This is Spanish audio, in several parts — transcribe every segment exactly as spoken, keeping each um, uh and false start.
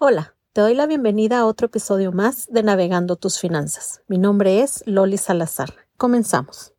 Hola, te doy la bienvenida a otro episodio más de Navegando tus Finanzas. Mi nombre es Loli Salazar. Comenzamos.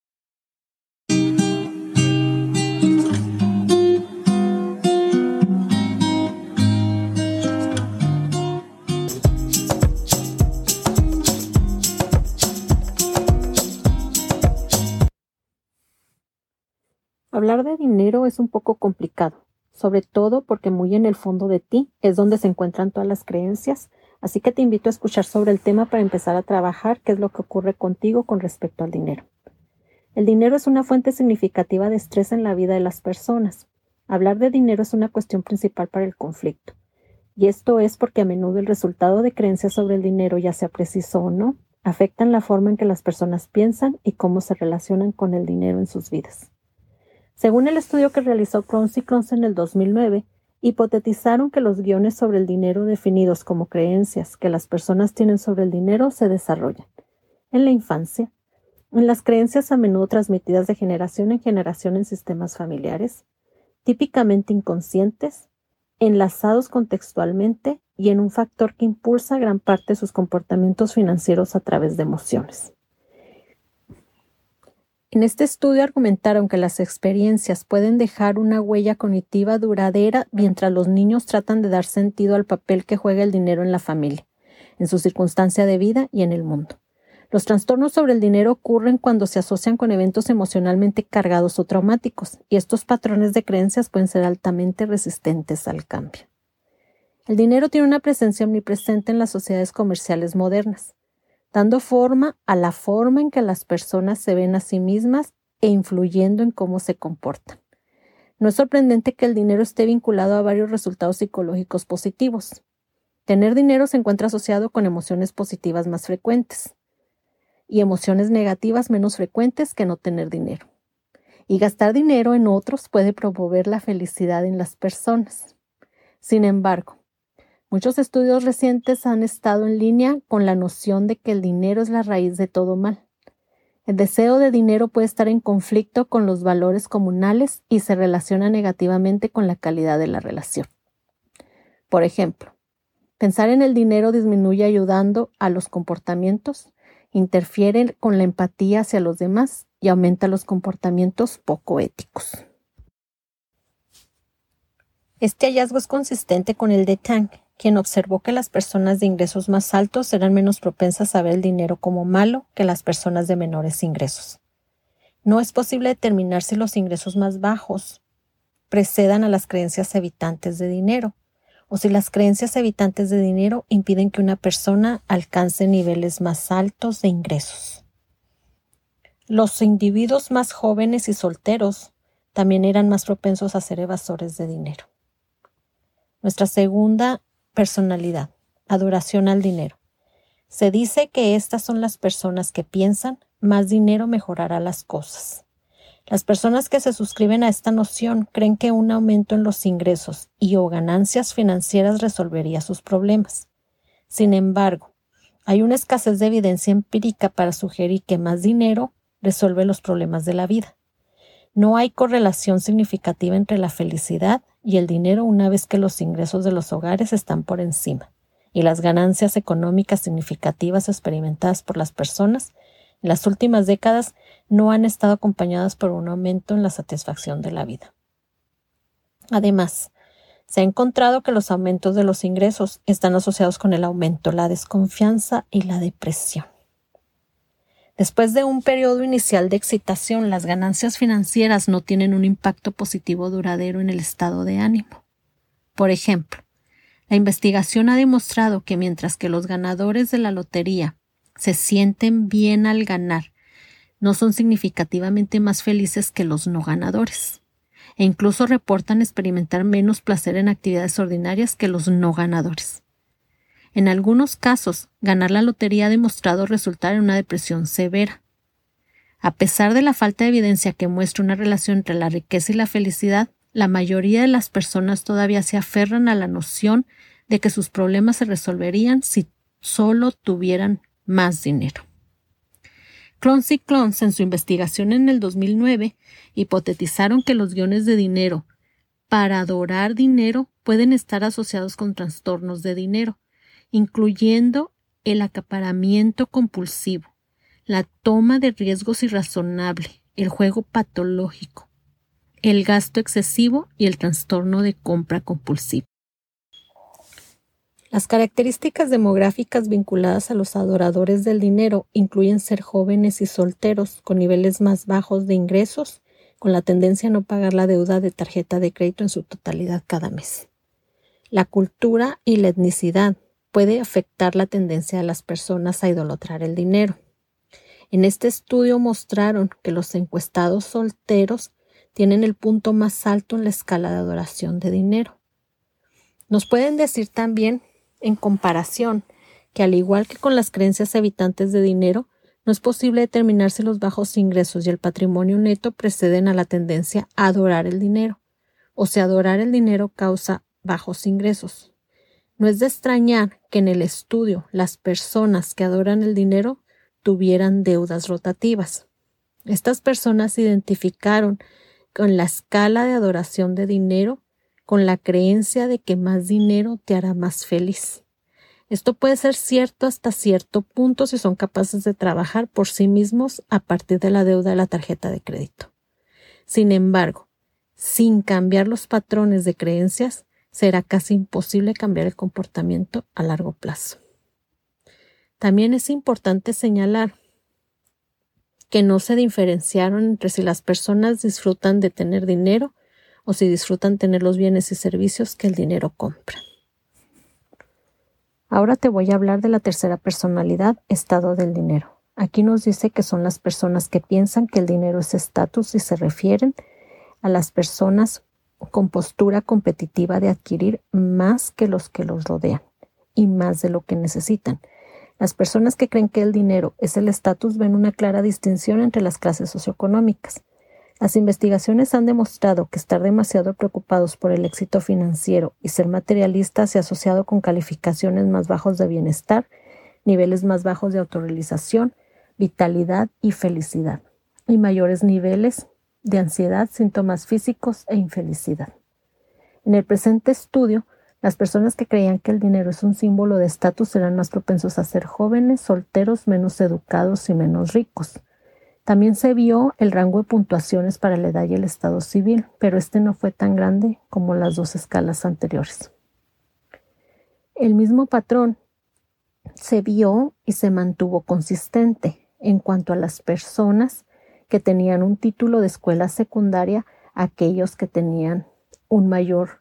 Hablar de dinero es un poco complicado, sobre todo porque muy en el fondo de ti es donde se encuentran todas las creencias, así que te invito a escuchar sobre el tema para empezar a trabajar qué es lo que ocurre contigo con respecto al dinero. El dinero es una fuente significativa de estrés en la vida de las personas. Hablar de dinero es una cuestión principal para el conflicto, y esto es porque a menudo el resultado de creencias sobre el dinero, ya sea preciso o no, afectan la forma en que las personas piensan y cómo se relacionan con el dinero en sus vidas. Según el estudio que realizó Clons y Clons en el dos mil nueve, hipotetizaron que los guiones sobre el dinero definidos como creencias que las personas tienen sobre el dinero se desarrollan en la infancia, en las creencias a menudo transmitidas de generación en generación en sistemas familiares, típicamente inconscientes, enlazados contextualmente y en un factor que impulsa gran parte de sus comportamientos financieros a través de emociones. En este estudio argumentaron que las experiencias pueden dejar una huella cognitiva duradera mientras los niños tratan de dar sentido al papel que juega el dinero en la familia, en su circunstancia de vida y en el mundo. Los trastornos sobre el dinero ocurren cuando se asocian con eventos emocionalmente cargados o traumáticos, y estos patrones de creencias pueden ser altamente resistentes al cambio. El dinero tiene una presencia omnipresente en las sociedades comerciales modernas, dando forma a la forma en que las personas se ven a sí mismas e influyendo en cómo se comportan. No es sorprendente que el dinero esté vinculado a varios resultados psicológicos positivos. Tener dinero se encuentra asociado con emociones positivas más frecuentes y emociones negativas menos frecuentes que no tener dinero. Y gastar dinero en otros puede promover la felicidad en las personas. Sin embargo, muchos estudios recientes han estado en línea con la noción de que el dinero es la raíz de todo mal. El deseo de dinero puede estar en conflicto con los valores comunales y se relaciona negativamente con la calidad de la relación. Por ejemplo, pensar en el dinero disminuye ayudando a los comportamientos, interfiere con la empatía hacia los demás y aumenta los comportamientos poco éticos. Este hallazgo es consistente con el de Tang, quien observó que las personas de ingresos más altos eran menos propensas a ver el dinero como malo que las personas de menores ingresos. No es posible determinar si los ingresos más bajos precedan a las creencias evitantes de dinero, o si las creencias evitantes de dinero impiden que una persona alcance niveles más altos de ingresos. Los individuos más jóvenes y solteros también eran más propensos a ser evasores de dinero. Nuestra segunda personalidad, adoración al dinero. Se dice que estas son las personas que piensan, más dinero mejorará las cosas. Las personas que se suscriben a esta noción creen que un aumento en los ingresos y o ganancias financieras resolvería sus problemas. Sin embargo, hay una escasez de evidencia empírica para sugerir que más dinero resuelve los problemas de la vida. No hay correlación significativa entre la felicidad y el dinero una vez que los ingresos de los hogares están por encima y las ganancias económicas significativas experimentadas por las personas en las últimas décadas no han estado acompañadas por un aumento en la satisfacción de la vida. Además, se ha encontrado que los aumentos de los ingresos están asociados con el aumento de la desconfianza y la depresión. Después de un periodo inicial de excitación, las ganancias financieras no tienen un impacto positivo duradero en el estado de ánimo. Por ejemplo, la investigación ha demostrado que mientras que los ganadores de la lotería se sienten bien al ganar, no son significativamente más felices que los no ganadores, e incluso reportan experimentar menos placer en actividades ordinarias que los no ganadores. En algunos casos, ganar la lotería ha demostrado resultar en una depresión severa. A pesar de la falta de evidencia que muestra una relación entre la riqueza y la felicidad, la mayoría de las personas todavía se aferran a la noción de que sus problemas se resolverían si solo tuvieran más dinero. Clons y Clons, en su investigación en el dos mil nueve, hipotetizaron que los guiones de dinero para adorar dinero pueden estar asociados con trastornos de dinero, incluyendo el acaparamiento compulsivo, la toma de riesgos irrazonable, el juego patológico, el gasto excesivo y el trastorno de compra compulsiva. Las características demográficas vinculadas a los adoradores del dinero incluyen ser jóvenes y solteros con niveles más bajos de ingresos, con la tendencia a no pagar la deuda de tarjeta de crédito en su totalidad cada mes. La cultura y la etnicidad puede afectar la tendencia de las personas a idolatrar el dinero. En este estudio mostraron que los encuestados solteros tienen el punto más alto en la escala de adoración de dinero. Nos pueden decir también, en comparación, que al igual que con las creencias habitantes de dinero, no es posible determinar si los bajos ingresos y el patrimonio neto preceden a la tendencia a adorar el dinero, o si adorar el dinero causa bajos ingresos. No es de extrañar que en el estudio las personas que adoran el dinero tuvieran deudas rotativas. Estas personas se identificaron con la escala de adoración de dinero con la creencia de que más dinero te hará más feliz. Esto puede ser cierto hasta cierto punto si son capaces de trabajar por sí mismos a partir de la deuda de la tarjeta de crédito. Sin embargo, sin cambiar los patrones de creencias, será casi imposible cambiar el comportamiento a largo plazo. También es importante señalar que no se diferenciaron entre si las personas disfrutan de tener dinero o si disfrutan tener los bienes y servicios que el dinero compra. Ahora te voy a hablar de la tercera personalidad, estado del dinero. Aquí nos dice que son las personas que piensan que el dinero es estatus y se refieren a las personas con postura competitiva de adquirir más que los que los rodean y más de lo que necesitan. Las personas que creen que el dinero es el estatus ven una clara distinción entre las clases socioeconómicas. Las investigaciones han demostrado que estar demasiado preocupados por el éxito financiero y ser materialistas se ha asociado con calificaciones más bajos de bienestar, niveles más bajos de autorrealización, vitalidad y felicidad, y mayores niveles de ansiedad, síntomas físicos e infelicidad. En el presente estudio, las personas que creían que el dinero es un símbolo de estatus serán más propensos a ser jóvenes, solteros, menos educados y menos ricos. También se vio el rango de puntuaciones para la edad y el estado civil, pero este no fue tan grande como las dos escalas anteriores. El mismo patrón se vio y se mantuvo consistente en cuanto a las personas que tenían un título de escuela secundaria a aquellos que tenían un mayor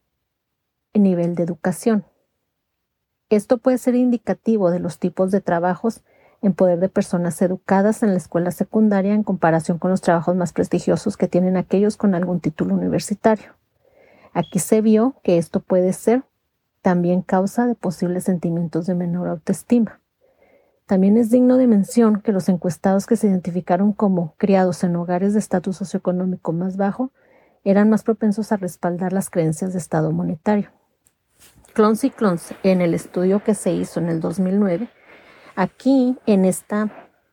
nivel de educación. Esto puede ser indicativo de los tipos de trabajos en poder de personas educadas en la escuela secundaria en comparación con los trabajos más prestigiosos que tienen aquellos con algún título universitario. Aquí se vio que esto puede ser también causa de posibles sentimientos de menor autoestima. También es digno de mención que los encuestados que se identificaron como criados en hogares de estatus socioeconómico más bajo eran más propensos a respaldar las creencias de estado monetario. Clons y Clons, en el estudio que se hizo en el dos mil nueve, aquí en, esta,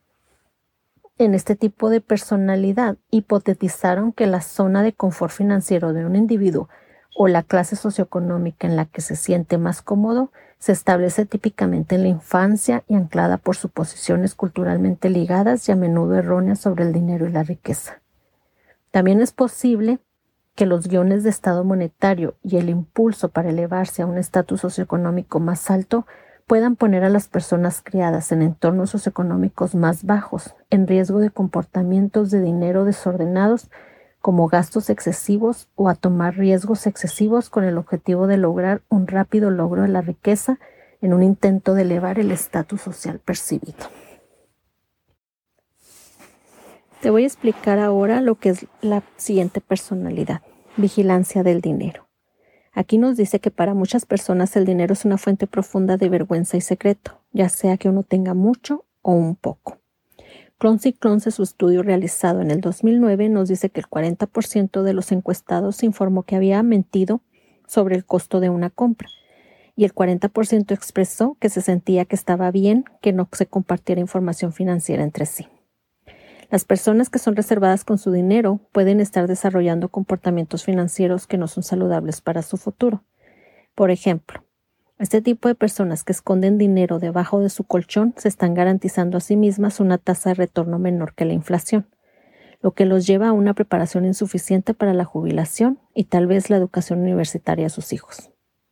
en este tipo de personalidad hipotetizaron que la zona de confort financiero de un individuo o la clase socioeconómica en la que se siente más cómodo se establece típicamente en la infancia y anclada por suposiciones culturalmente ligadas y a menudo erróneas sobre el dinero y la riqueza. También es posible que los guiones de estado monetario y el impulso para elevarse a un estatus socioeconómico más alto puedan poner a las personas criadas en entornos socioeconómicos más bajos en riesgo de comportamientos de dinero desordenados como gastos excesivos o a tomar riesgos excesivos con el objetivo de lograr un rápido logro de la riqueza en un intento de elevar el estatus social percibido. Te voy a explicar ahora lo que es la siguiente personalidad, vigilancia del dinero. Aquí nos dice que para muchas personas el dinero es una fuente profunda de vergüenza y secreto, ya sea que uno tenga mucho o un poco. Clons y Clons, en su estudio realizado en el dos mil nueve, nos dice que el cuarenta por ciento de los encuestados informó que había mentido sobre el costo de una compra y el cuarenta por ciento expresó que se sentía que estaba bien que no se compartiera información financiera entre sí. Las personas que son reservadas con su dinero pueden estar desarrollando comportamientos financieros que no son saludables para su futuro. Por ejemplo, este tipo de personas que esconden dinero debajo de su colchón se están garantizando a sí mismas una tasa de retorno menor que la inflación, lo que los lleva a una preparación insuficiente para la jubilación y tal vez la educación universitaria de sus hijos.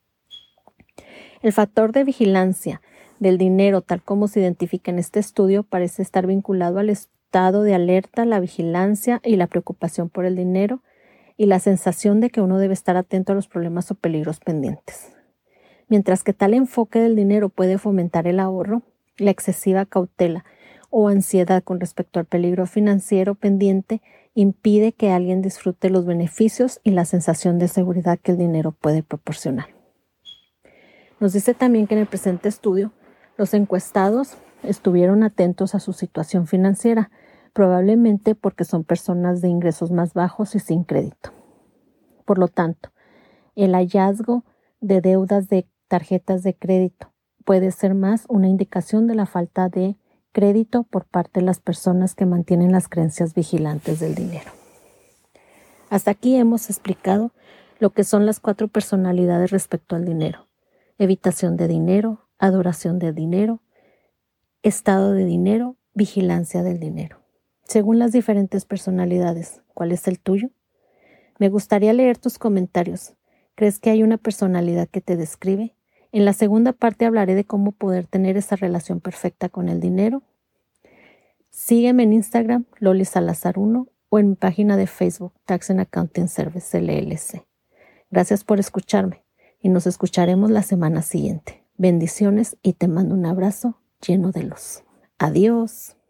El factor de vigilancia del dinero, tal como se identifica en este estudio, parece estar vinculado al estado de alerta, la vigilancia y la preocupación por el dinero y la sensación de que uno debe estar atento a los problemas o peligros pendientes. Mientras que tal enfoque del dinero puede fomentar el ahorro, la excesiva cautela o ansiedad con respecto al peligro financiero pendiente impide que alguien disfrute los beneficios y la sensación de seguridad que el dinero puede proporcionar. Nos dice también que en el presente estudio, los encuestados estuvieron atentos a su situación financiera, probablemente porque son personas de ingresos más bajos y sin crédito. Por lo tanto, el hallazgo de deudas de tarjetas de crédito puede ser más una indicación de la falta de crédito por parte de las personas que mantienen las creencias vigilantes del dinero. Hasta aquí hemos explicado lo que son las cuatro personalidades respecto al dinero: evitación de dinero, adoración de dinero, estado de dinero, vigilancia del dinero. Según las diferentes personalidades, ¿cuál es el tuyo? Me gustaría leer tus comentarios. ¿Crees que hay una personalidad que te describe? En la segunda parte hablaré de cómo poder tener esa relación perfecta con el dinero. Sígueme en Instagram, Loli Salazar uno, o en mi página de Facebook, Tax and Accounting Service L L C. Gracias por escucharme y nos escucharemos la semana siguiente. Bendiciones y te mando un abrazo lleno de luz. Adiós.